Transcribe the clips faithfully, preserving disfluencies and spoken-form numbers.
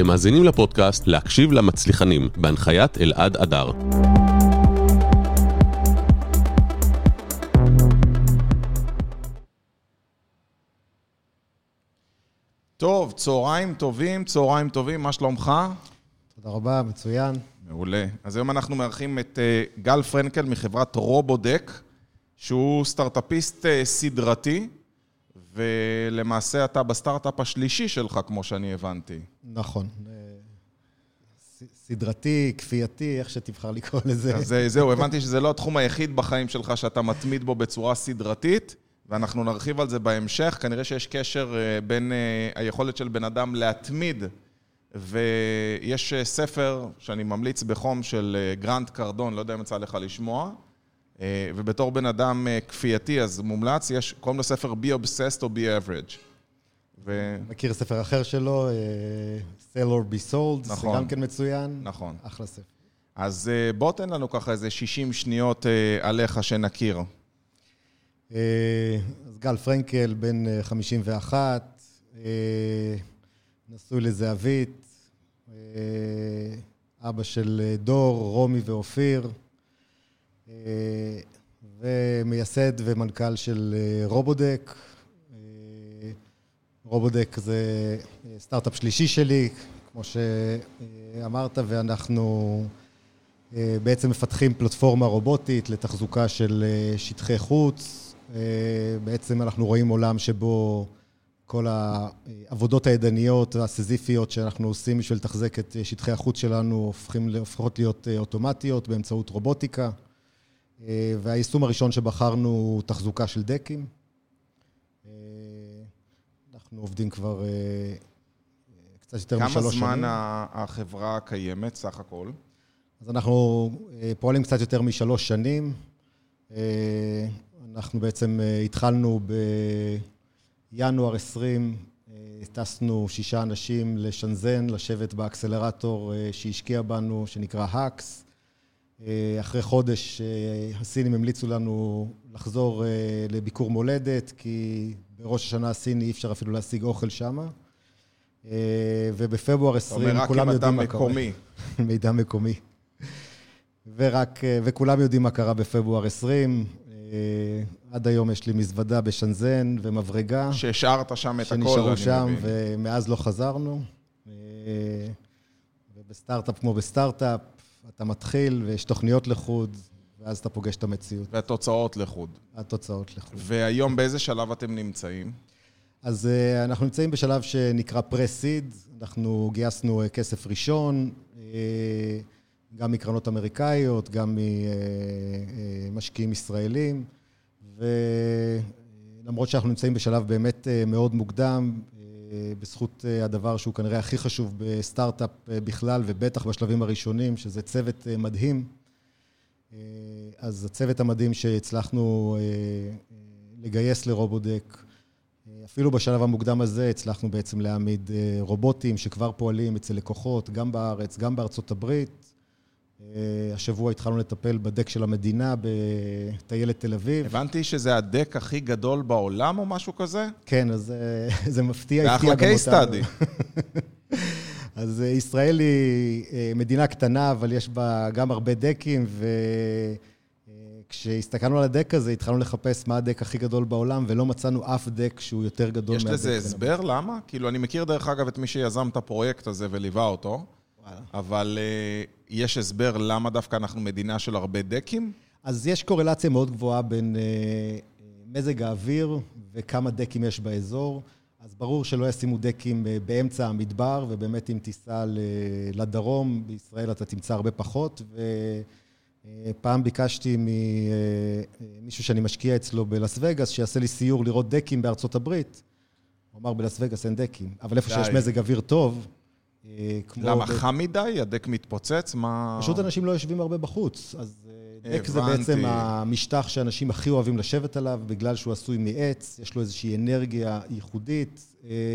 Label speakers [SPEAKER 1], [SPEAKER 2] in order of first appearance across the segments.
[SPEAKER 1] אתם מאזינים לפודקאסט להקשיב למצליחנים, בהנחיית אלעד אדר.
[SPEAKER 2] טוב, צהריים טובים, צהריים טובים, מה שלומך?
[SPEAKER 3] תודה רבה, מצוין.
[SPEAKER 2] מעולה. אז היום אנחנו מארחים את uh, גל פרנקל מחברת רובודק, שהוא סטארט-אפיסט uh, סדרתי, ולמעשה אתה בסטארט-אפ השלישי שלך, כמו שאני הבנתי.
[SPEAKER 3] נכון. סדרתי, כפייתי, איך שתבחר לקרוא לזה.
[SPEAKER 2] אז זהו, הבנתי שזה לא התחום היחיד בחיים שלך שאתה מתמיד בו בצורה סדרתית, ואנחנו נרחיב על זה בהמשך. כנראה שיש קשר בין היכולת של בן אדם להתמיד, ויש ספר שאני ממליץ בחום של גרנט קרדון, לא יודע אם יצא לך לשמוע, ובתור בן אדם כפייתי, אז מומלץ, יש, קוראים לו ספר Be Obsessed או Be Average. ו...
[SPEAKER 3] מכיר ספר אחר שלו, Sell or Be Sold,
[SPEAKER 2] נכון.
[SPEAKER 3] זה גם כן מצוין.
[SPEAKER 2] נכון.
[SPEAKER 3] אחלה ספר.
[SPEAKER 2] אז בוא תן לנו ככה איזה שישים שניות עליך שנכיר.
[SPEAKER 3] אז גל פרנקל, בן חמישים ואחת, נשוי לזהבית, אבא של דור, רומי ואופיר, ומייסד ומנכ"ל של רובודק. רובודק זה סטארט-אפ שלישי שלי, כמו שאמרת, ואנחנו בעצם מפתחים פלטפורמה רובוטית לתחזוקה של שטחי חוץ. בעצם אנחנו רואים עולם שבו כל העבודות הידניות, הסזיפיות שאנחנו עושים בשביל לתחזק את שטחי החוץ שלנו, הופכים, הופכות להיות אוטומטיות באמצעות רובוטיקה. והיישום הראשון שבחרנו הוא תחזוקה של דקים. אנחנו עובדים כבר קצת יותר משלוש שנים.
[SPEAKER 2] כמה זמן החברה קיימת סך הכל?
[SPEAKER 3] אז אנחנו פועלים קצת יותר משלוש שנים. אנחנו בעצם התחלנו בינואר עשרים, טסנו שישה אנשים לשנזן, לשבת באקסלרטור שהשקיע בנו, שנקרא האקס. אחרי חודש הסינים המליצו לנו לחזור לביקור מולדת, כי בראש השנה הסיני אי אפשר אפילו להשיג אוכל שם. ובפברואר עשרים כולם יודעים מה קרה. מידע מקומי. ורק, וכולם יודעים מה קרה בפברואר עשרים. עד היום יש לי מזוודה בשנזן ומברגה.
[SPEAKER 2] שהשארת שם את הכל, אני מבין.
[SPEAKER 3] שנשארו שם, ומאז לא חזרנו. ובסטארט-אפ כמו בסטארט-אפ, אתה מתחיל ויש תוכניות לחוד, ואז אתה פוגש את המציאות.
[SPEAKER 2] והתוצאות לחוד.
[SPEAKER 3] התוצאות לחוד.
[SPEAKER 2] והיום באיזה שלב אתם נמצאים?
[SPEAKER 3] אז אנחנו נמצאים בשלב שנקרא פרה-סיד. אנחנו גייסנו כסף ראשון, גם מקרנות אמריקאיות, גם ממשקיעים ישראלים, ולמרות שאנחנו נמצאים בשלב באמת מאוד מוקדם, בזכות הדבר שהוא כנראה הכי חשוב בסטארט-אפ בכלל, ובטח בשלבים הראשונים, שזה צוות מדהים. אז הצוות המדהים שהצלחנו לגייס לרובודק, אפילו בשלב המוקדם הזה הצלחנו בעצם להעמיד רובוטים שכבר פועלים אצל לקוחות, גם בארץ, גם בארצות הברית. השבוע התחלנו לטפל בדק של המדינה בטיילת תל אביב.
[SPEAKER 2] הבנתי שזה הדק הכי גדול בעולם או משהו כזה?
[SPEAKER 3] כן, אז זה מפתיע.
[SPEAKER 2] זה אחלה קייס סטאדי.
[SPEAKER 3] אז ישראל היא מדינה קטנה, אבל יש בה גם הרבה דקים, וכשהסתכלנו על הדק הזה, התחלנו לחפש מה הדק הכי גדול בעולם, ולא מצאנו אף דק שהוא יותר גדול מהדק.
[SPEAKER 2] יש לזה הסבר? למה? כאילו, אני מכיר דרך אגב את מי שיזם את הפרויקט הזה וליווה אותו, אבל יש הסבר למה דווקא אנחנו מדינה של הרבה דקים?
[SPEAKER 3] אז יש קורלציה מאוד גבוהה בין מזג האוויר וכמה דקים יש באזור. אז ברור שלא ישימו דקים באמצע המדבר, ובאמת אם תיסע לדרום, בישראל אתה תמצא הרבה פחות. ופעם ביקשתי ממישהו שאני משקיע אצלו בלס וגאס, שיעשה לי סיור לראות דקים בארצות הברית. הוא אמר, בלס וגאס אין דקים. אבל איפה שיש מזג אוויר טוב,
[SPEAKER 2] למה חם מדי? הדק מתפוצץ?
[SPEAKER 3] פשוט אנשים לא יושבים הרבה בחוץ. אז דק זה בעצם המשטח שאנשים הכי אוהבים לשבת עליו, בגלל שהוא עשוי מעץ, יש לו איזושהי אנרגיה ייחודית,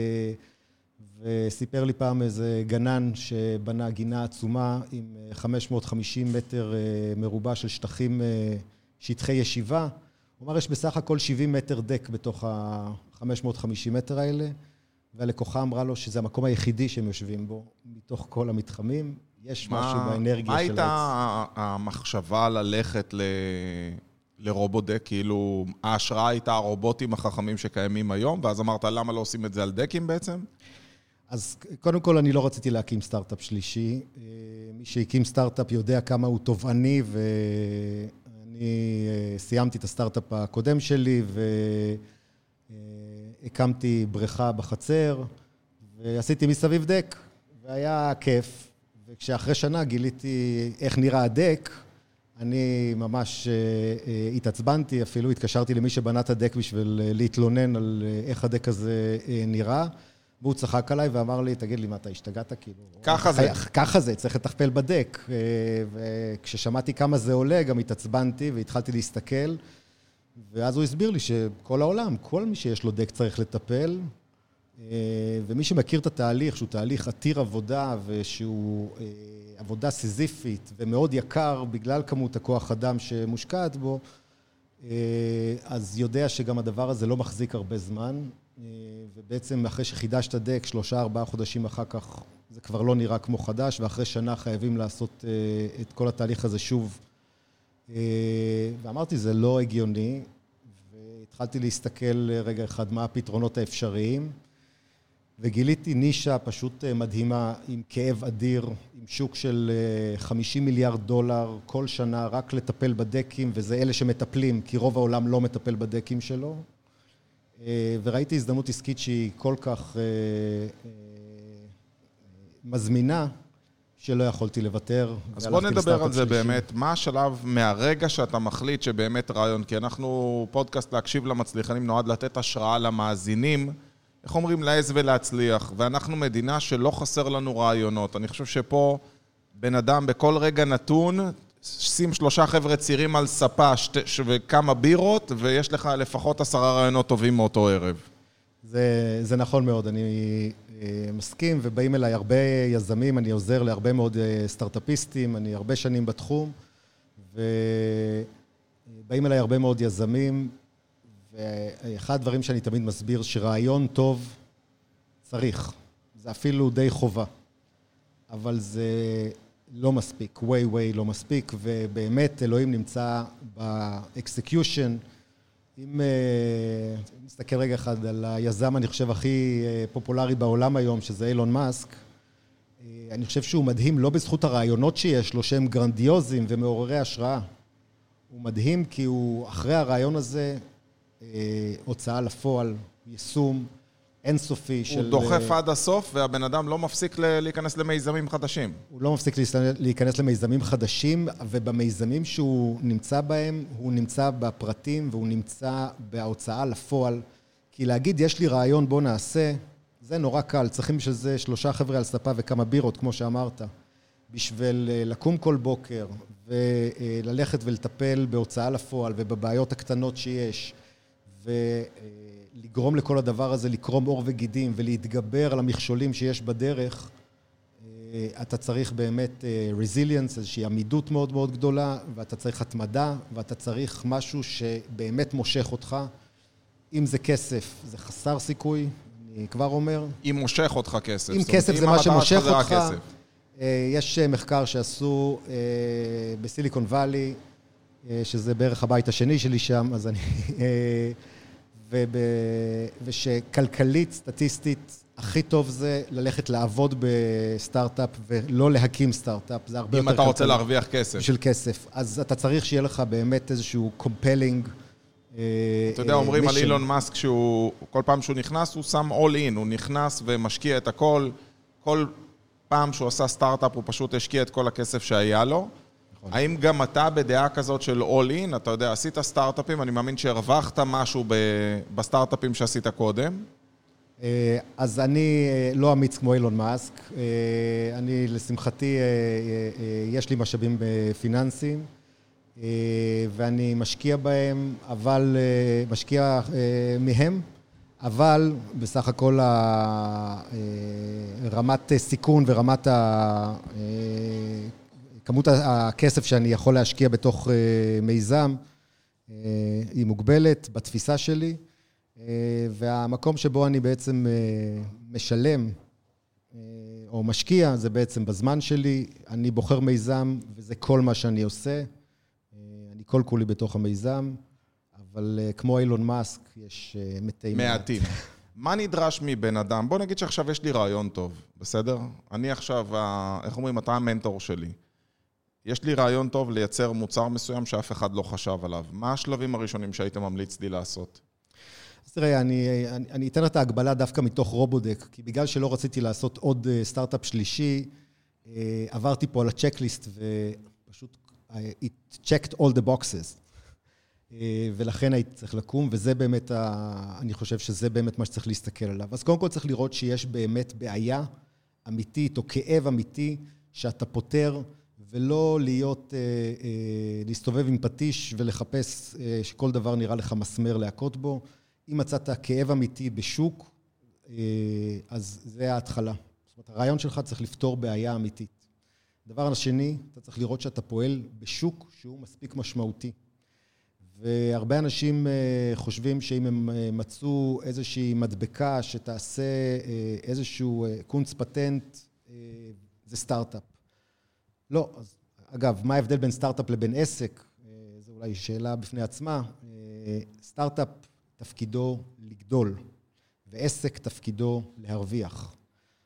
[SPEAKER 3] וסיפר לי פעם איזה גנן שבנה גינה עצומה עם חמש מאות וחמישים מטר מרובע של שטחים, שטחי ישיבה. הוא אמר, יש בסך הכל שבעים מטר דק בתוך ה-חמש מאות וחמישים מטר האלה, והלקוחה אמרה לו שזה המקום היחידי שהם יושבים בו, מתוך כל המתחמים, יש משהו באנרגיה של העץ.
[SPEAKER 2] מה הייתה המחשבה ללכת ל... לרובודק, כאילו ההשראה הייתה הרובוטים החכמים שקיימים היום, ואז אמרת למה לא עושים את זה על דקים בעצם?
[SPEAKER 3] אז קודם כל אני לא רציתי להקים סטארט-אפ שלישי. מי שהקים סטארט-אפ יודע כמה הוא תובעני, ואני סיימתי את הסטארט-אפ הקודם שלי, והקמתי בריכה בחצר, ועשיתי מסביב דק, והיה כיף. וכשאחרי שנה גיליתי איך נראה הדק, אני ממש התעצבנתי, אפילו התקשרתי למי שבנה את הדק בשביל להתלונן על איך הדק הזה נראה, והוא צחק עליי ואמר לי, תגיד לי, מה, אתה השתגעת? כאילו,
[SPEAKER 2] ככה זה.
[SPEAKER 3] ככה זה, צריך לטפל בדק. וכששמעתי כמה זה עולה, גם התעצבנתי והתחלתי להסתכל, ואז הוא הסביר לי שכל העולם, כל מי שיש לו דק צריך לטפל, ומי שמכיר את התהליך, שהוא תהליך עתיר עבודה, ושהוא עבודה סיזיפית ומאוד יקר בגלל כמות הכוח אדם שמושקעת בו, אז יודע שגם הדבר הזה לא מחזיק הרבה זמן, ובעצם אחרי שחידשת דק, שלושה, ארבעה חודשים אחר כך, זה כבר לא נראה כמו חדש, ואחרי שנה חייבים לעשות את כל התהליך הזה שוב. ואמרתי, זה לא הגיוני, והתחלתי להסתכל רגע אחד מה הפתרונות האפשריים, וגיליתי נישה פשוט מדהימה, עם כאב אדיר, עם שוק של חמישים מיליארד דולר כל שנה, רק לטפל בדקים, וזה אלה שמטפלים, כי רוב העולם לא מטפל בדקים שלו. וראיתי הזדמנות עסקית שהיא כל כך מזמינה, שלא יכולתי לוותר.
[SPEAKER 2] אז בוא נדבר על זה באמת. מה השלב מהרגע שאתה מחליט שבאמת רעיון? כי אנחנו פודקאסט להקשיב למצליחנים, נועד לתת השראה למאזינים, איך אומרים, לעז ולהצליח, ואנחנו מדינה שלא חסר לנו רעיונות. אני חושב שפה בן אדם בכל רגע נתון, שים שלושה חבר'ה צעירים על ספה שת, וכמה בירות, ויש לך לפחות עשרה רעיונות טובים מאותו ערב.
[SPEAKER 3] זה, זה נכון מאוד, אני מסכים, ובאים אליי הרבה יזמים, אני עוזר להרבה מאוד סטארט-אפיסטים, אני הרבה שנים בתחום, ובאים אליי הרבה מאוד יזמים, ואחד הדברים שאני תמיד מסביר, שרעיון טוב צריך. זה אפילו די חובה. אבל זה לא מספיק, way way לא מספיק, ובאמת אלוהים נמצא באקסקיושן. אם נסתכל רגע אחד על היזם, אני חושב, הכי פופולרי בעולם היום, שזה אילון מאסק, אני חושב שהוא מדהים לא בזכות הרעיונות שיש לו, שהם גרנדיוזים ומעוררי השראה. הוא מדהים כי הוא, אחרי הרעיון הזה, הוצאה לפועל, יישום, אינסופי של...
[SPEAKER 2] הוא דוחף עד הסוף, והבן אדם לא מפסיק להיכנס למיזמים חדשים.
[SPEAKER 3] הוא לא מפסיק להיכנס למיזמים חדשים, ובמיזמים שהוא נמצא בהם, הוא נמצא בפרטים, והוא נמצא בהוצאה לפועל. כי להגיד, יש לי רעיון, בוא נעשה, זה נורא קל. צריכים שזה שלושה חבר'ה על ספה וכמה בירות, כמו שאמרת, בשביל לקום כל בוקר, וללכת ולטפל בהוצאה לפועל, ובבעיות הקטנות שיש, ולגרום לכל הדבר הזה, לקרום אור וגידים, ולהתגבר על המכשולים שיש בדרך, אתה צריך באמת resilience, איזושהי עמידות מאוד מאוד גדולה, ואתה צריך התמדה, ואתה צריך משהו שבאמת מושך אותך. אם זה כסף, זה חסר סיכוי, אני כבר אומר.
[SPEAKER 2] אם מושך אותך כסף.
[SPEAKER 3] אם כסף זה מה שמושך אותך. יש מחקר שעשו בסיליקון ואלי, שזה בערך הבית השני שלי שם, אז אני... ושכלכלית, סטטיסטית, הכי טוב זה ללכת לעבוד בסטארט-אפ ולא להקים סטארט-אפ. זה הרבה יותר...
[SPEAKER 2] אם אתה רוצה להרוויח כסף.
[SPEAKER 3] של כסף. אז אתה צריך שיהיה לך באמת איזשהו compelling...
[SPEAKER 2] אתה יודע, אומרים על אילון מאסק שהוא, כל פעם שהוא נכנס, הוא שם all in, הוא נכנס ומשקיע את הכל. כל פעם שהוא עשה סטארט-אפ, הוא פשוט השקיע את כל הכסף שהיה לו. האם גם אתה בדעה כזאת של all in, אתה יודע, עשית סטארט-אפים, אני מאמין שהרווחת משהו בסטארט-אפים שעשית קודם?
[SPEAKER 3] אז אני לא אמיץ כמו אילון מאסק. אני, לשמחתי, יש לי משאבים פיננסיים, ואני משקיע בהם, אבל משקיע מהם, אבל בסך הכל רמת סיכון ורמת ה... כמות הכסף שאני יכול להשקיע בתוך מיזם היא מוגבלת בתפיסה שלי, והמקום שבו אני בעצם משלם או משקיע, זה בעצם בזמן שלי, אני בוחר מיזם, וזה כל מה שאני עושה. אני כל כולי בתוך המיזם, אבל כמו אילון מאסק, יש מתי
[SPEAKER 2] מעטים. מה נדרש מבן אדם? בוא נגיד שעכשיו יש לי רעיון טוב, בסדר? אני עכשיו, איך אומרים, אתה המנטור שלי. יש לי רעיון טוב לייצר מוצר מסוים שאף אחד לא חשב עליו. מה השלבים הראשונים שהיית ממליץ לי לעשות?
[SPEAKER 3] אז תראה, אני, אני, אני אתן את ההגבלה דווקא מתוך רובודק, כי בגלל שלא רציתי לעשות עוד סטארט-אפ שלישי, עברתי פה על הצ'קליסט ופשוט it checked all the boxes. ולכן הייתי צריך לקום, וזה באמת, ה... אני חושב שזה באמת מה שצריך להסתכל עליו. אז קודם כל צריך לראות שיש באמת בעיה אמיתית, או כאב אמיתי, שאתה פותר, ולא להיות, להסתובב עם פטיש ולחפש שכל דבר נראה לך מסמר להכות בו. אם מצאת כאב אמיתי בשוק, אז זה ההתחלה. זאת אומרת, הרעיון שלך צריך לפתור בעיה אמיתית. דבר השני, אתה צריך לראות שאתה פועל בשוק שהוא מספיק משמעותי. והרבה אנשים חושבים שאם הם מצאו איזושהי מדבקה שתעשה איזשהו קונץ פטנט, זה סטארט-אפ. לא, אז אגב, מה ההבדל בין סטארט-אפ לבין עסק? זו אולי שאלה בפני עצמה. סטארט-אפ תפקידו לגדול, ועסק תפקידו להרוויח.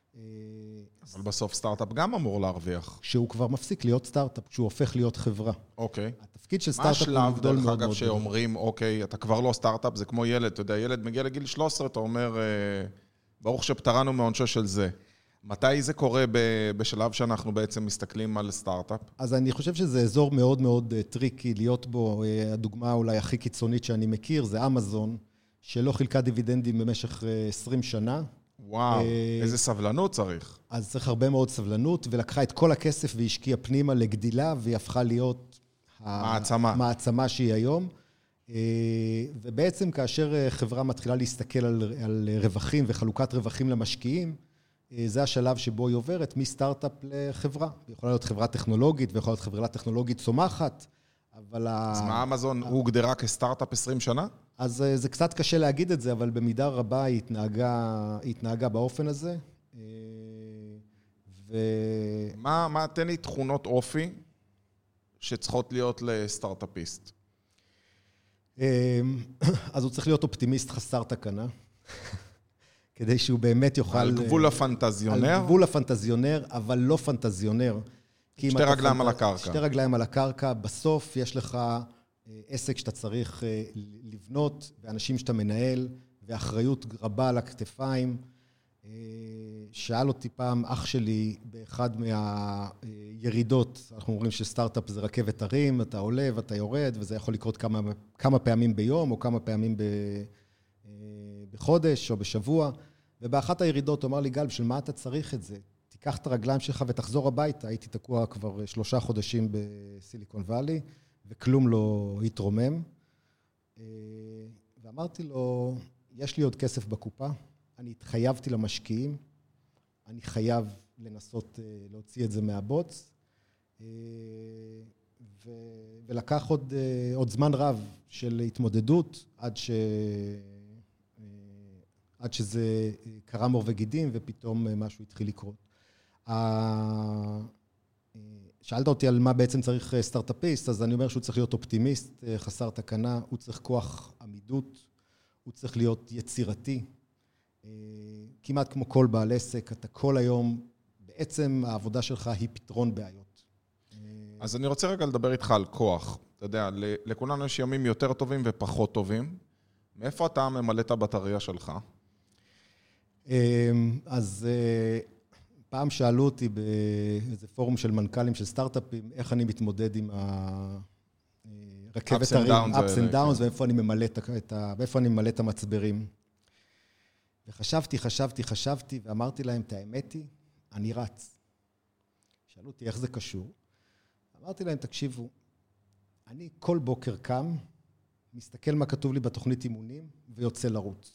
[SPEAKER 2] אבל בסוף סטארט-אפ גם אמור להרוויח.
[SPEAKER 3] כשהוא כבר מפסיק להיות סטארט-אפ, כשהוא הופך להיות חברה.
[SPEAKER 2] אוקיי.
[SPEAKER 3] התפקיד של סטארט-אפ הוא גדול מאוד מאוד.
[SPEAKER 2] מה השלב, דרך אגב, שאומרים, אוקיי, אתה כבר לא סטארט-אפ, זה כמו ילד, אתה יודע, ילד מגיע לגיל שלוש עשרה, אתה אומר, ברוך שפטרנו מעונשו של זה. מתי זה קורה בשלב שאנחנו בעצם מסתכלים על סטארט-אפ?
[SPEAKER 3] אז אני חושב שזה אזור מאוד מאוד טריקי להיות בו. הדוגמה אולי הכי קיצונית שאני מכיר, זה אמזון, שלא חילקה דיבידנדים במשך עשרים שנה.
[SPEAKER 2] וואו, איזה סבלנות צריך.
[SPEAKER 3] אז צריך הרבה מאוד סבלנות, ולקחה את כל הכסף והשקיעה פנימה לגדילה, והיא הפכה להיות
[SPEAKER 2] מעצמה.
[SPEAKER 3] המעצמה שהיא היום. ובעצם כאשר חברה מתחילה להסתכל על, על רווחים וחלוקת רווחים למשקיעים, זה השלב שבו היא עוברת מסטארט-אפ לחברה. היא יכולה להיות חברה טכנולוגית, ויכולה להיות חברה טכנולוגית צומחת, אבל...
[SPEAKER 2] אז מה אמזון, הוא הוגדרה כסטארט-אפ עשרים שנה?
[SPEAKER 3] אז זה קצת קשה להגיד את זה, אבל במידה רבה היא התנהגה, היא התנהגה באופן הזה. ו...
[SPEAKER 2] מה, מה, תן לי תכונות אופי שצריכות להיות לסטארט-אפיסט?
[SPEAKER 3] אז הוא צריך להיות אופטימיסט חסר תקנה. כדי שהוא באמת יוכל...
[SPEAKER 2] על גבול הפנטזיונר?
[SPEAKER 3] על גבול הפנטזיונר, אבל לא פנטזיונר.
[SPEAKER 2] שתי רגליים על הקרקע.
[SPEAKER 3] שתי רגליים על הקרקע. בסוף יש לך עסק שאתה צריך לבנות, ואנשים שאתה מנהל, ואחריות רבה על הכתפיים. שאל אותי פעם אח שלי באחד מהירידות, אנחנו אומרים שסטארט-אפ זה רכבת הרים, אתה עולה ואתה יורד, וזה יכול לקרות כמה, כמה פעמים ביום, או כמה פעמים ב... בחודש או בשבוע, ובאחת הירידות הוא אמר לי, גל, בשביל מה אתה צריך את זה? תיקח את הרגליים שלך ותחזור הביתה. הייתי תקוע כבר שלושה חודשים בסיליקון ואלי, וכלום לא התרומם. ואמרתי לו, יש לי עוד כסף בקופה, אני התחייבתי למשקיעים, אני חייב לנסות להוציא את זה מהבוץ, ולקח עוד, עוד זמן רב של התמודדות, עד ש... עד שזה קרה מור וגידים, ופתאום משהו התחיל לקרות. שאלת אותי על מה בעצם צריך סטארט-אפיסט, אז אני אומר שהוא צריך להיות אופטימיסט, חסר תקנה, הוא צריך כוח עמידות, הוא צריך להיות יצירתי, כמעט כמו כל בעל עסק, אתה כל היום, בעצם העבודה שלך היא פתרון בעיות.
[SPEAKER 2] אז אני רוצה רגע לדבר איתך על כוח. אתה יודע, לכולנו יש ימים יותר טובים ופחות טובים. מאיפה אתה ממלא את הבטריה שלך?
[SPEAKER 3] אז פעם שאלו אותי באיזה פורום של מנכ"לים של סטארט-אפים, איך אני מתמודד עם הרכבת הרים, ups and downs, ואיפה אני ממלא את ה... ואיפה אני ממלא את המצברים. וחשבתי, חשבתי, חשבתי, ואמרתי להם, את האמת היא, אני רץ. שאלו אותי איך זה קשור. אמרתי להם, תקשיבו, אני כל בוקר קם, מסתכל מה כתוב לי בתוכנית אימונים, ויוצא לרוץ.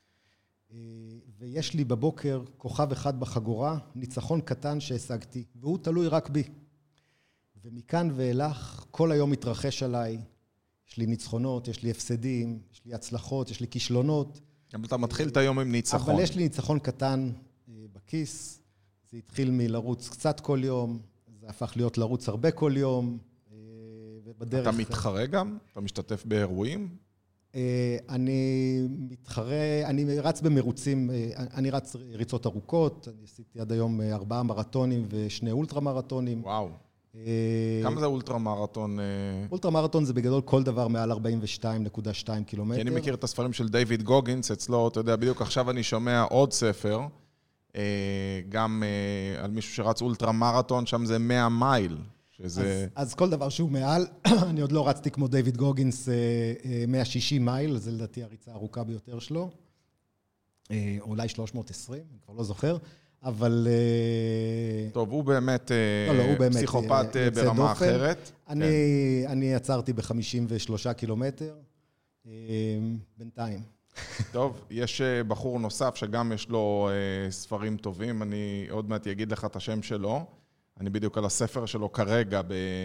[SPEAKER 3] ויש לי בבוקר כוכב אחד בחגורה, ניצחון קטן שהשגתי, והוא תלוי רק בי. ומכאן ואילך, כל היום מתרחש עליי יש לי ניצחונות, יש לי הפסדים, יש לי הצלחות, יש לי כישלונות.
[SPEAKER 2] גם אתה מתחיל את היום עם ניצחון.
[SPEAKER 3] אבל יש לי ניצחון קטן בכיס. זה התחיל מלרוץ קצת כל יום, זה הפך להיות לרוץ הרבה כל יום. ובדרך...
[SPEAKER 2] אתה מתחרה גם? אתה משתתף באירועים?
[SPEAKER 3] אני מתחרה, אני רץ במרוצים, אני רץ ריצות ארוכות, אני עשיתי עד היום ארבעה מרתונים ושני אולטרה מרתונים.
[SPEAKER 2] וואו. כמה זה אולטרה מרתון?
[SPEAKER 3] אולטרה מרתון זה בגדול כל דבר מעל ארבעים ושתיים נקודה שתיים קילומטר.
[SPEAKER 2] כי אני מכיר את הספרים של דיוויד גוגינס, אצלו, אתה יודע, בדיוק עכשיו אני שומע עוד ספר, גם על מישהו שרץ אולטרה מרתון, שם זה מאה מייל. שזה...
[SPEAKER 3] אז, אז כל דבר שהוא מעל, אני עוד לא רצתי כמו דיוויד גוגינס מאה ושישים מייל, זה לדעתי הריצה הארוכה ביותר שלו, אולי שלוש מאות ועשרים, אני כבר לא זוכר, אבל...
[SPEAKER 2] טוב, הוא באמת,
[SPEAKER 3] לא, לא, הוא באמת
[SPEAKER 2] פסיכופת ברמה דופן. אחרת.
[SPEAKER 3] אני, כן. אני עצרתי ב-חמישים ושלושה קילומטר, בינתיים.
[SPEAKER 2] טוב, יש בחור נוסף שגם יש לו ספרים טובים, אני עוד מעט אגיד לך את השם שלו, אני בדיוק על הספר שלו כרגע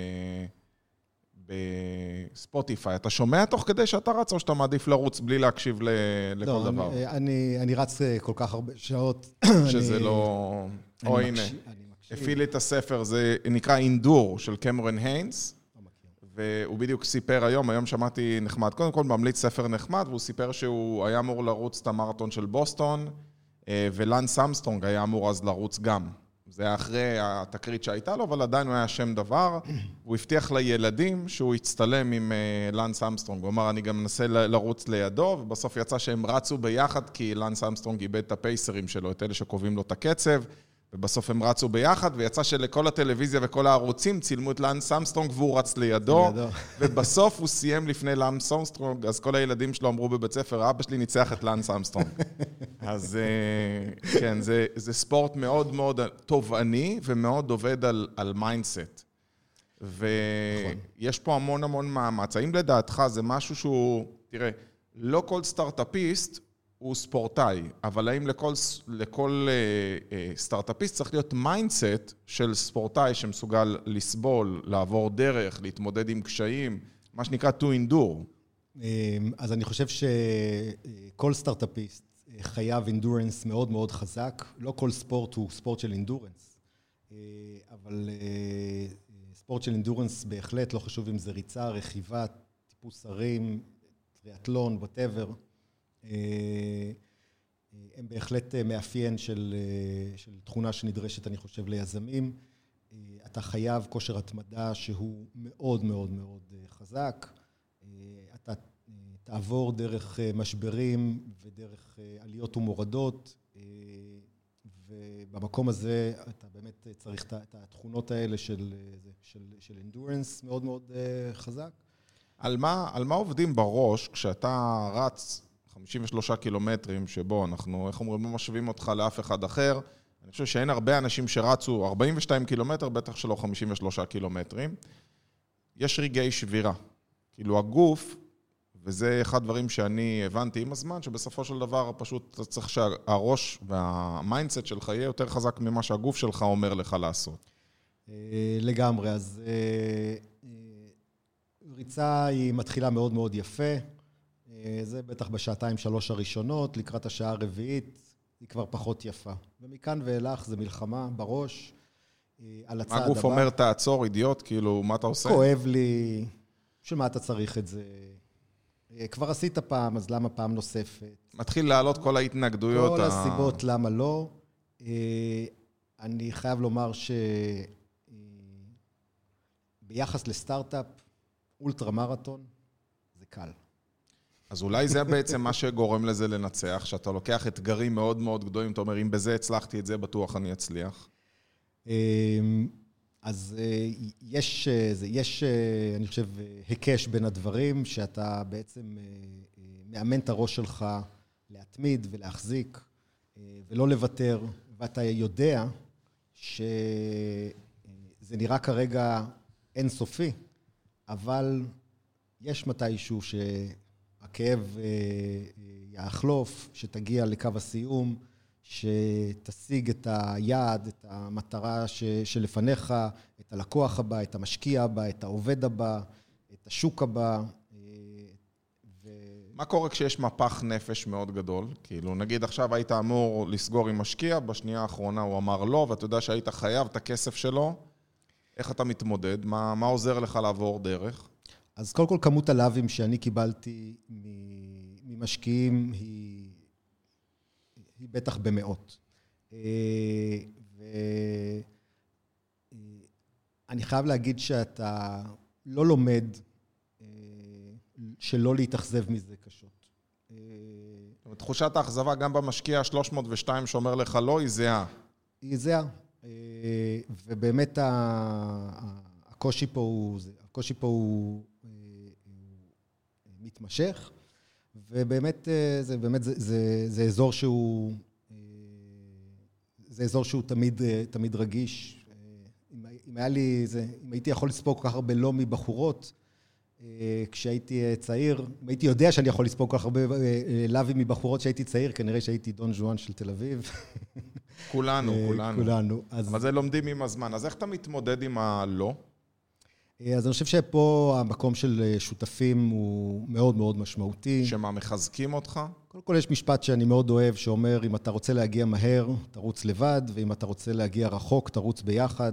[SPEAKER 2] בספוטיפיי. אתה שומע תוך כדי שאתה רץ, או שאתה מעדיף לרוץ בלי להקשיב לכל
[SPEAKER 3] לא,
[SPEAKER 2] דבר?
[SPEAKER 3] אני, אני, אני רץ כל כך הרבה שעות.
[SPEAKER 2] שזה
[SPEAKER 3] אני,
[SPEAKER 2] לא...
[SPEAKER 3] אני
[SPEAKER 2] או
[SPEAKER 3] מקשיב,
[SPEAKER 2] הנה,
[SPEAKER 3] אני מקשיב.
[SPEAKER 2] הפעיל את הספר, זה נקרא אינדור של קמרון היינס, והוא בדיוק סיפר היום, היום שמעתי נחמד, קודם כל ממליץ ספר נחמד, והוא סיפר שהוא היה אמור לרוץ את המרתון של בוסטון, ולנס אמסטרונג היה אמור אז לרוץ גם. זה היה אחרי התקרית שהייתה לו, אבל עדיין הוא היה שם דבר. הוא הבטיח לילדים שהוא יצטלם עם לנס אמסטרונג. הוא אמר, אני גם מנסה לרוץ לידו, ובסוף יצא שהם רצו ביחד, כי לנס אמסטרונג איבד את הפייסרים שלו, את אלה שקובעים לו את הקצב, ובסוף הם רצו ביחד, ויצא שלכל הטלוויזיה וכל הערוצים צילמו את לנס אמסטרונג, והוא רץ לידו, ובסוף הוא סיים לפני לנס אמסטרונג, אז כל הילדים שלו אמרו בבית ספר, אבא שלי ניצח את לנס אמסטרונג. אז כן, זה, זה ספורט מאוד מאוד תובעני, ומאוד עובד על, על מיינדסט. ויש פה המון המון מאמץ. האם לדעתך זה משהו שהוא, תראה, לא כל סטארט-אפיסט, הוא ספורטאי, אבל האם לכל, לכל אה, אה, סטארט-אפיסט צריך להיות מיינדסט של ספורטאי שמסוגל לסבול, לעבור דרך, להתמודד עם קשיים, מה שנקרא to endure?
[SPEAKER 3] אז אני חושב שכל סטארט-אפיסט חייב אינדורנס מאוד מאוד חזק. לא כל ספורט הוא ספורט של אינדורנס, אבל ספורט של אינדורנס בהחלט לא חשוב אם זה ריצה, רכיבה, טיפוס הרים, טריאטלון, whatever. הם בהחלט מאפיין של, של תכונה שנדרשת, אני חושב, ליזמים. אתה חייב כושר התמדה שהוא מאוד מאוד מאוד חזק. אתה תעבור דרך משברים ודרך עליות ומורדות, ובמקום הזה אתה באמת צריך את התכונות האלה של, של, של endurance מאוד מאוד חזק.
[SPEAKER 2] על מה, על מה עובדים בראש כשאתה רץ חמישים ושלושה קילומטרים, שבו אנחנו, איך אומרים, לא משווים אותך לאף אחד אחר. אני חושב שאין הרבה אנשים שרצו ארבעים ושתיים קילומטר, בטח שלא חמישים ושלושה קילומטרים. יש רגעי שבירה. כאילו הגוף, וזה אחד הדברים שאני הבנתי עם הזמן, שבסופו של דבר פשוט צריך שהראש והמיינדסט שלך יהיה יותר חזק ממה שהגוף שלך אומר לך לעשות.
[SPEAKER 3] לגמרי, אז ריצה היא מתחילה מאוד מאוד יפה. זה בטח בשעתיים שלוש הראשונות, לקראת השעה הרביעית, היא כבר פחות יפה. ומכאן ואילך זה מלחמה בראש, על הצעד הבא.
[SPEAKER 2] הגוף אומר, תעצור, אידיוט, כאילו, מה אתה עושה?
[SPEAKER 3] כואב לי, שמה אתה צריך את זה? כבר עשית פעם, אז למה פעם נוספת?
[SPEAKER 2] מתחיל לעלות כל ההתנגדויות.
[SPEAKER 3] כל הסיבות למה לא. אני חייב לומר שביחס לסטארט-אפ, אולטרה מרתון, זה קל.
[SPEAKER 2] אז אולי זה בעצם מה שגורם לזה לנצח, שאתה לוקח אתגרים מאוד מאוד גדולים, אתה אומר, אם בזה הצלחתי את זה, בטוח אני אצליח.
[SPEAKER 3] אז יש, יש, אני חושב, הקש בין הדברים, שאתה בעצם מאמן את הראש שלך להתמיד ולהחזיק, ולא לוותר, ואתה יודע שזה נראה כרגע אינסופי, אבל יש מתישהו ש... הכאב יחלוף, שתגיע לקו הסיום, שתשיג את היעד, את המטרה ש, שלפניך, את הלקוח הבא, את המשקיע הבא, את העובד הבא, את השוק הבא,
[SPEAKER 2] מה קורה כשיש מפח נפש מאוד גדול? כאילו, נגיד עכשיו היית אמור לסגור עם משקיע, בשנייה האחרונה הוא אמר לא, ואתה יודע שהיית חייב את הכסף שלו, איך אתה מתמודד? מה, מה עוזר לך לעבור דרך?
[SPEAKER 3] אז קודם כל, כמות הלאווים שאני קיבלתי ממשקיעים היא, היא בטח במאות. ואני חייב להגיד שאתה לא לומד שלא להתאכזב מזה קשות.
[SPEAKER 2] תחושת האכזבה גם במשקיע שלוש מאות ושתיים שאומר לך לא, היא זהה.
[SPEAKER 3] היא זהה. ובאמת הקושי פה הוא, הקושי פה הוא מתמשך, ובאמת זה, באמת זה, זה, זה אזור שהוא, זה אזור שהוא תמיד, תמיד רגיש. אם היה לי, זה, אם הייתי יכול לספוג כל כך הרבה לא מבחורות, כשהייתי צעיר, אם הייתי יודע שאני יכול לספוג כל כך הרבה לאווים מבחורות שהייתי צעיר, כנראה שהייתי דון ז'ואן של תל אביב.
[SPEAKER 2] כולנו, כולנו.
[SPEAKER 3] כולנו.
[SPEAKER 2] אבל זה לומדים עם הזמן. אז איך אתה מתמודד עם הלא?
[SPEAKER 3] אז אני חושב שפה המקום של שותפים הוא מאוד מאוד משמעותי.
[SPEAKER 2] שמה, מחזקים אותך?
[SPEAKER 3] קודם כל יש משפט שאני מאוד אוהב, שאומר, אם אתה רוצה להגיע מהר, תרוץ לבד, ואם אתה רוצה להגיע רחוק, תרוץ ביחד.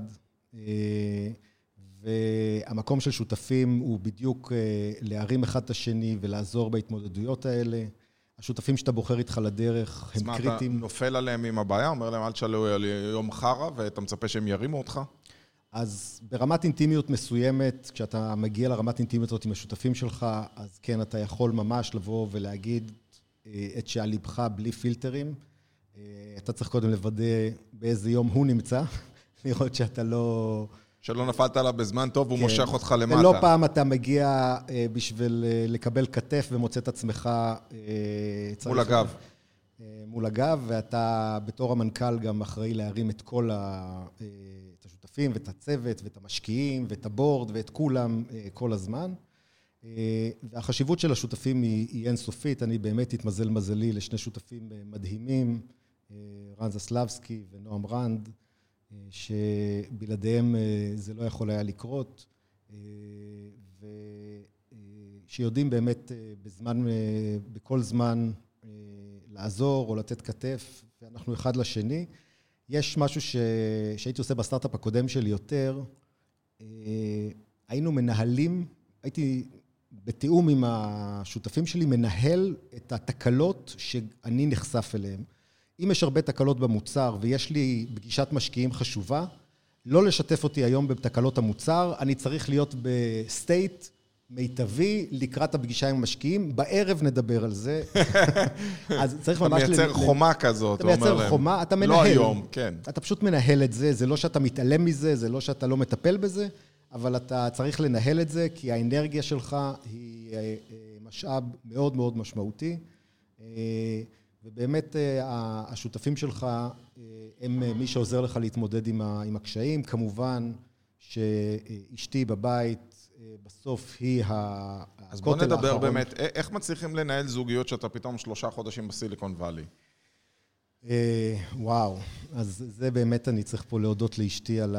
[SPEAKER 3] והמקום של שותפים הוא בדיוק להרים אחד את השני ולעזור בהתמודדויות האלה. השותפים שאתה בוחר איתך לדרך הם קריטיים. אז מה,
[SPEAKER 2] אתה נופל עליהם עם הבעיה? אומר להם, אל תשאלו על יום חרה, ואתה מצפה שהם ירימו אותך?
[SPEAKER 3] אז ברמת אינטימיות מסוימת, כשאתה מגיע לרמת אינטימיות הזאת עם השותפים שלך, אז כן, אתה יכול ממש לבוא ולהגיד את שעל ליבך בלי פילטרים. אתה צריך קודם לוודא באיזה יום הוא נמצא, לראות שאתה לא...
[SPEAKER 2] שלא נפלת עליו בזמן טוב, הוא מושך אותך למטה.
[SPEAKER 3] ולא פעם אתה מגיע בשביל לקבל כתף ומוצא את עצמך...
[SPEAKER 2] מול הגב.
[SPEAKER 3] מול הגב, ואתה בתור המנכ"ל גם אחראי להרים את כל השותפים ואת הצוות ואת המשקיעים ואת הבורד ואת כולם כל הזמן. והחשיבות של השותפים היא אינסופית. אני באמת התמזל מזלי לשני שותפים מדהימים, רן זסלבסקי ונועם רנד, שבלעדיהם זה לא יכול היה לקרות, ושיודעים באמת בזמן, בכל זמן לעזור או לתת כתף, ואנחנו אחד לשני. יש משהו ש... שהייתי עושה בסטארט-אפ הקודם שלי יותר, היינו מנהלים, הייתי בתיאום עם השותפים שלי, מנהל את התקלות שאני נחשף אליהן. אם יש הרבה תקלות במוצר ויש לי פגישת משקיעים חשובה, לא לשתף אותי היום בתקלות המוצר, אני צריך להיות בסטייט מיטבי לקראת הפגישה עם המשקיעים, בערב נדבר על זה. אז צריך ממש...
[SPEAKER 2] אתה מייצר חומה כזאת,
[SPEAKER 3] אתה מייצר חומה, אתה מנהל.
[SPEAKER 2] לא היום, כן.
[SPEAKER 3] אתה פשוט מנהל את זה, זה לא שאתה מתעלם מזה, זה לא שאתה לא מטפל בזה, אבל אתה צריך לנהל את זה, כי האנרגיה שלך היא משאב מאוד מאוד משמעותי. ובאמת השותפים שלך הם מי שעוזר לך להתמודד עם הקשיים. כמובן שאשתי בבית, בסוף היא הכותל האחרון.
[SPEAKER 2] אז בוא נדבר באמת, איך מצליחים לנהל זוגיות שאתה פתאום שלושה חודשים בסיליקון ואלי?
[SPEAKER 3] וואו, אז זה באמת אני צריך פה להודות לאשתי על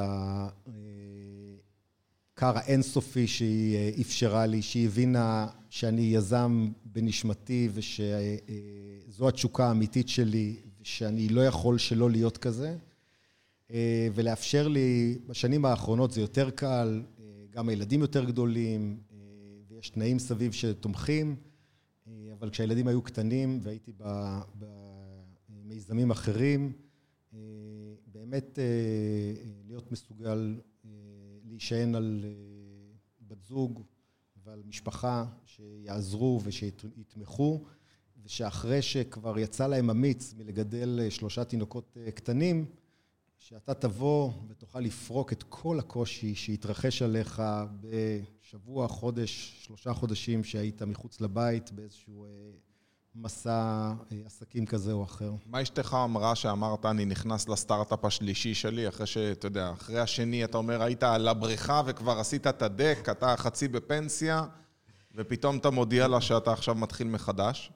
[SPEAKER 3] הקר האינסופי שהיא אפשרה לי, שהיא הבינה שאני יזם בנשמתי ושזו התשוקה האמיתית שלי, ושאני לא יכול שלא להיות כזה. ולאפשר לי, בשנים האחרונות זה יותר קל, גם הילדים יותר גדולים, ויש תנאים סביב שתומכים, אבל כשהילדים היו קטנים והייתי במיזמים אחרים, באמת להיות מסוגל להישען על בת זוג ועל משפחה שיעזרו ושיתמכו, ושאחרי שכבר יצא להם אמיץ מלגדל שלושה תינוקות קטנים, שאתה תבוא ותוכל לפרוק את כל הקושי שהתרחש עליך בשבוע, חודש, שלושה חודשים שהיית מחוץ לבית באיזשהו מסע עסקים כזה או אחר.
[SPEAKER 2] מה אשתך אמרה שאמרת, אני נכנס לסטארט-אפ השלישי שלי, אחרי שאתה יודע, אחרי השני אתה אומר, היית על הבריכה וכבר עשית את הדק, אתה חצי בפנסיה, ופתאום אתה מודיע לה שאתה עכשיו מתחיל מחדש?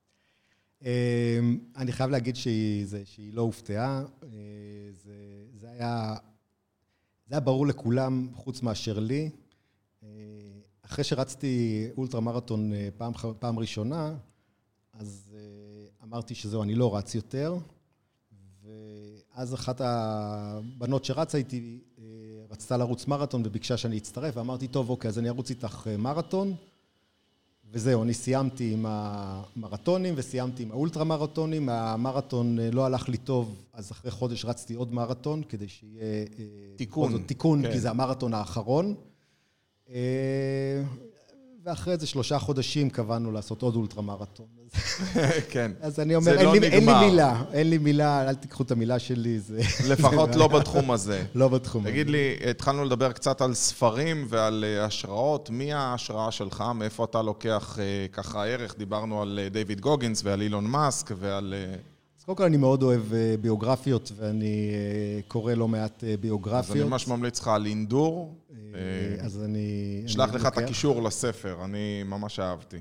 [SPEAKER 3] אני חייב להגיד שהיא, זה, שהיא לא הופתעה. זה, זה היה, זה היה ברור לכולם, חוץ מאשר לי. אחרי שרצתי אולטרה מרתון פעם, פעם ראשונה, אז אמרתי שזהו, אני לא רץ יותר, ואז אחת הבנות שרצה איתי רצתה לרוץ מרתון וביקשה שאני אצטרף, ואמרתי, טוב, אוקיי, אז אני ארוץ איתך מרתון, וזהו, אני סיימתי עם המרתונים וסיימתי עם האולטרה מרתונים, המרתון לא הלך לי טוב, אז אחרי חודש רצתי עוד מרתון, כדי שיהיה
[SPEAKER 2] תיקון,
[SPEAKER 3] תיקון, כי זה המרתון האחרון. ואחרי זה שלושה חודשים קבענו לעשות עוד אולטרה מרתון.
[SPEAKER 2] כן.
[SPEAKER 3] אז אני אומר, אין לי מילה, אין לי מילה, אל תיקחו את המילה שלי.
[SPEAKER 2] לפחות לא בתחום הזה.
[SPEAKER 3] לא בתחום הזה.
[SPEAKER 2] תגיד לי, התחלנו לדבר קצת על ספרים ועל השראות. מי ההשראה שלך? מאיפה אתה לוקח ככה ערך? דיברנו על דיוויד גוגינס ועל אילון מאסק ועל...
[SPEAKER 3] אז קודם כל אני מאוד אוהב ביוגרפיות, ואני קורא לא מעט ביוגרפיות.
[SPEAKER 2] אז אני ממש ממליץ לך על אינדור.
[SPEAKER 3] אז אני...
[SPEAKER 2] שלח לך את הקישור לספר, אני ממש אהבתי.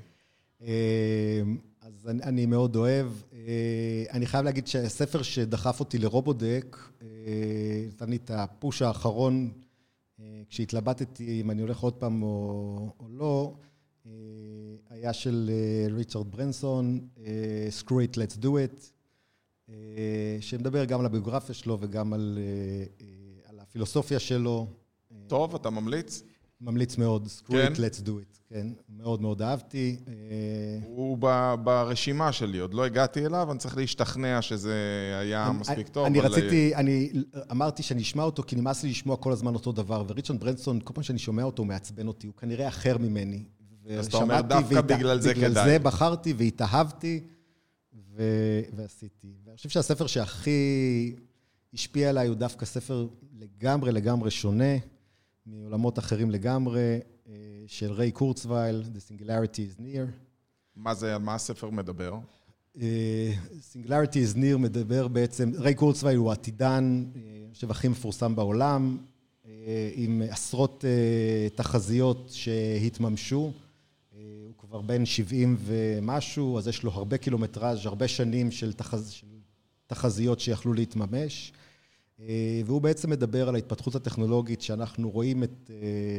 [SPEAKER 3] אז אני מאוד אוהב. אני חייב להגיד שהספר שדחף אותי לרובודק, נתן לי את הפוש האחרון, כשהתלבטתי אם אני הולך עוד פעם או לא, היה של ריצ'רד ברנסון, Screw it, let's do it. שמדבר גם על הביוגרפיה שלו וגם על, על הפילוסופיה שלו.
[SPEAKER 2] טוב, אתה ממליץ?
[SPEAKER 3] ממליץ מאוד. Screw
[SPEAKER 2] כן?
[SPEAKER 3] it, let's do it. כן, מאוד מאוד אהבתי.
[SPEAKER 2] הוא ברשימה שלי, עוד לא הגעתי אליו, אני צריך להשתכנע שזה היה מספיק טוב.
[SPEAKER 3] אני רציתי, אני אמרתי שאני אשמע אותו, כי נמאס לי לשמוע כל הזמן אותו דבר, וריצ'רד ברנסון, כל פעם שאני שומע אותו, הוא מעצבן אותי, הוא כנראה אחר ממני.
[SPEAKER 2] אז אתה אומר, דווקא בגלל זה כדאי.
[SPEAKER 3] בגלל זה בחרתי והתאהבתי. ועשיתי. ואני חושב שהספר שהכי השפיע עליי הוא דווקא ספר לגמרי לגמרי שונה, מעולמות אחרים לגמרי, של ריי קורצווייל, The Singularity is Near.
[SPEAKER 2] מה זה, מה הספר מדבר?
[SPEAKER 3] Singularity is Near מדבר בעצם, ריי קורצווייל הוא עתידן, אני חושב הכי מפורסם בעולם, עם עשרות תחזיות שהתממשו, כבר בין שבעים ומשהו, אז יש לו הרבה קילומטראז', הרבה שנים של, תחז... של תחזיות שיכלו להתממש, והוא בעצם מדבר על ההתפתחות הטכנולוגית שאנחנו רואים את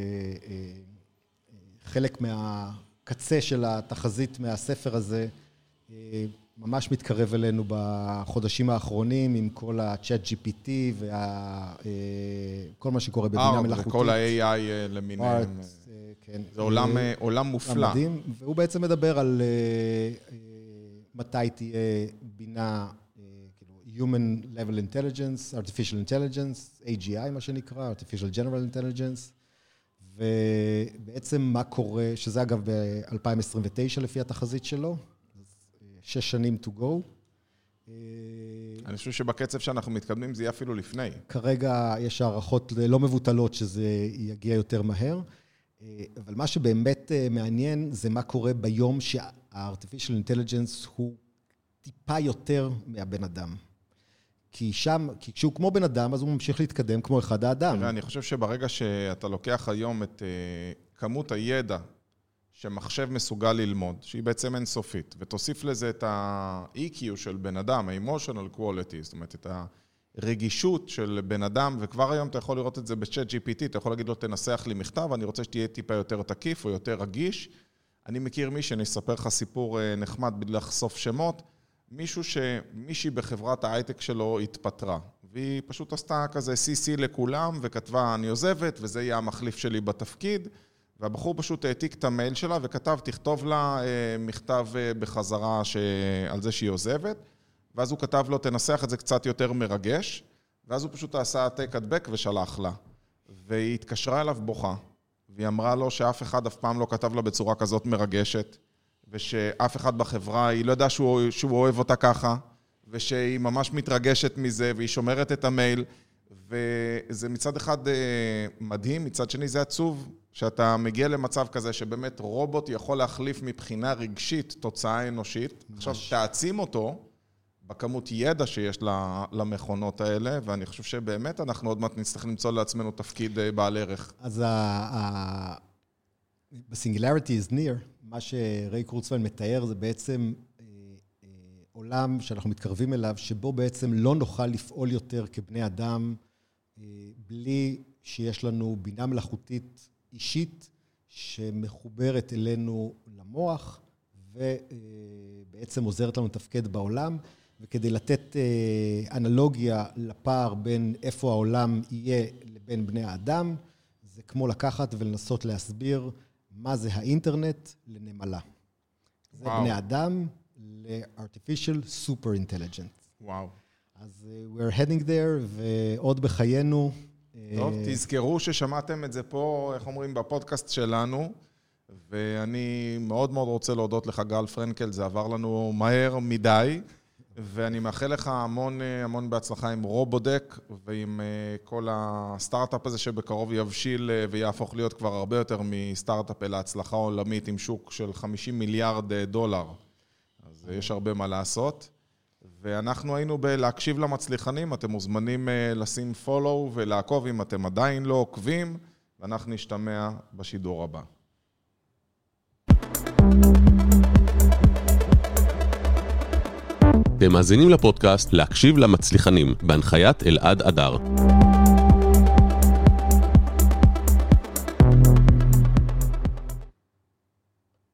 [SPEAKER 3] חלק מהקצה של התחזית מהספר הזה, ממש מתקרב אלינו בחודשים האחרונים, עם כל ה-Chat ג'י פי טי וכל מה שקורה בבינה מלאכותית.
[SPEAKER 2] וכל ה-איי איי למיניהם.
[SPEAKER 3] כן.
[SPEAKER 2] זה עולם, עולם מופלא.
[SPEAKER 3] מדהים, והוא בעצם מדבר על מתי תהיה בינה, כאילו, Human Level Intelligence, Artificial Intelligence, איי ג'י איי מה שנקרא, Artificial General Intelligence, ובעצם מה קורה, שזה אגב ב-אלפיים עשרים ותשע לפי התחזית שלו, שש שנים to go.
[SPEAKER 2] אני חושב שבקצב שאנחנו מתקדמים זה יהיה אפילו לפני. כרגע
[SPEAKER 3] יש הערכות לא מבוטלות שזה יגיע יותר מהר. אבל מה שבאמת מעניין זה מה קורה ביום שה-Artificial Intelligence הוא טיפה יותר מהבן אדם. כי שם, כי כשהוא כמו בן אדם, אז הוא ממשיך להתקדם כמו אחד האדם.
[SPEAKER 2] תראה, אני חושב שברגע שאתה לוקח היום את כמות הידע שמחשב מסוגל ללמוד, שהיא בעצם אינסופית, ותוסיף לזה את ה-אי קיו של בן אדם, ה-Emotional Quality, זאת אומרת, את ה... רגישות של בן אדם, וכבר היום אתה יכול לראות את זה ב-Chat ג'י פי טי, אתה יכול להגיד לו, תנסח לי מכתב, אני רוצה שתהיה טיפה יותר תקיף או יותר רגיש. אני מכיר מישהו, אני אספר לך סיפור נחמד בלי לחשוף שמות, מישהו שמישהי בחברת ההייטק שלו התפטרה, והיא פשוט עשתה כזה סי סי לכולם, וכתבה, אני עוזבת, וזה יהיה המחליף שלי בתפקיד, והבחור פשוט העתיק את המייל שלה, וכתב, תכתוב לה מכתב בחזרה על זה שהיא עוזבת, ואז הוא כתב לו, תנסח את זה קצת יותר מרגש, ואז הוא פשוט עשה take it back ושלח לה. והיא התקשרה אליו בוכה, והיא אמרה לו שאף אחד אף פעם לא כתב לה בצורה כזאת מרגשת, ושאף אחד בחברה, היא לא ידעה שהוא, שהוא אוהב אותה ככה, ושהיא ממש מתרגשת מזה, והיא שומרת את המייל, וזה מצד אחד מדהים, מצד שני זה עצוב, שאתה מגיע למצב כזה שבאמת רובוט יכול להחליף מבחינה רגשית תוצאה אנושית, עכשיו תעצים אותו, בכמות ידע שיש למכונות האלה, ואני חושב שבאמת אנחנו עוד מעט נצטרך למצוא לעצמנו תפקיד בעל ערך.
[SPEAKER 3] אז ב-Singularity is Near, מה שריי קורצווייל מתאר זה בעצם עולם שאנחנו מתקרבים אליו, שבו בעצם לא נוכל לפעול יותר כבני אדם, בלי שיש לנו בינה מלאכותית אישית, שמחוברת אלינו למוח, ובעצם עוזרת לנו לתפקד בעולם, וכדי לתת אנלוגיה לפער בין איפה העולם יהיה לבין בני האדם, זה כמו לקחת ולנסות להסביר מה זה האינטרנט לנמלה. זה וואו. בני אדם ל-artificial super intelligence.
[SPEAKER 2] וואו.
[SPEAKER 3] אז uh, we're heading there, ועוד בחיינו.
[SPEAKER 2] טוב, uh, תזכרו ששמעתם את זה פה, איך אומרים, בפודקאסט שלנו, ואני מאוד מאוד רוצה להודות לך, גל פרנקל, זה עבר לנו מהר מדי, ואני מאחל לך המון, המון בהצלחה עם רובודק, ועם כל הסטארט-אפ הזה שבקרוב יבשיל ויהפוך להיות כבר הרבה יותר מסטארט-אפ אלא הצלחה עולמית עם שוק של חמישים מיליארד דולר. אז יש הרבה מה לעשות. ואנחנו היינו בלהקשיב למצליחנים, אתם מוזמנים לשים פולו ולעקוב אם אתם עדיין לא עוקבים, ואנחנו נשתמע בשידור הבא.
[SPEAKER 1] אתם מאזינים לפודקאסט להקשיב למצליחנים בהנחיית אלעד אדר.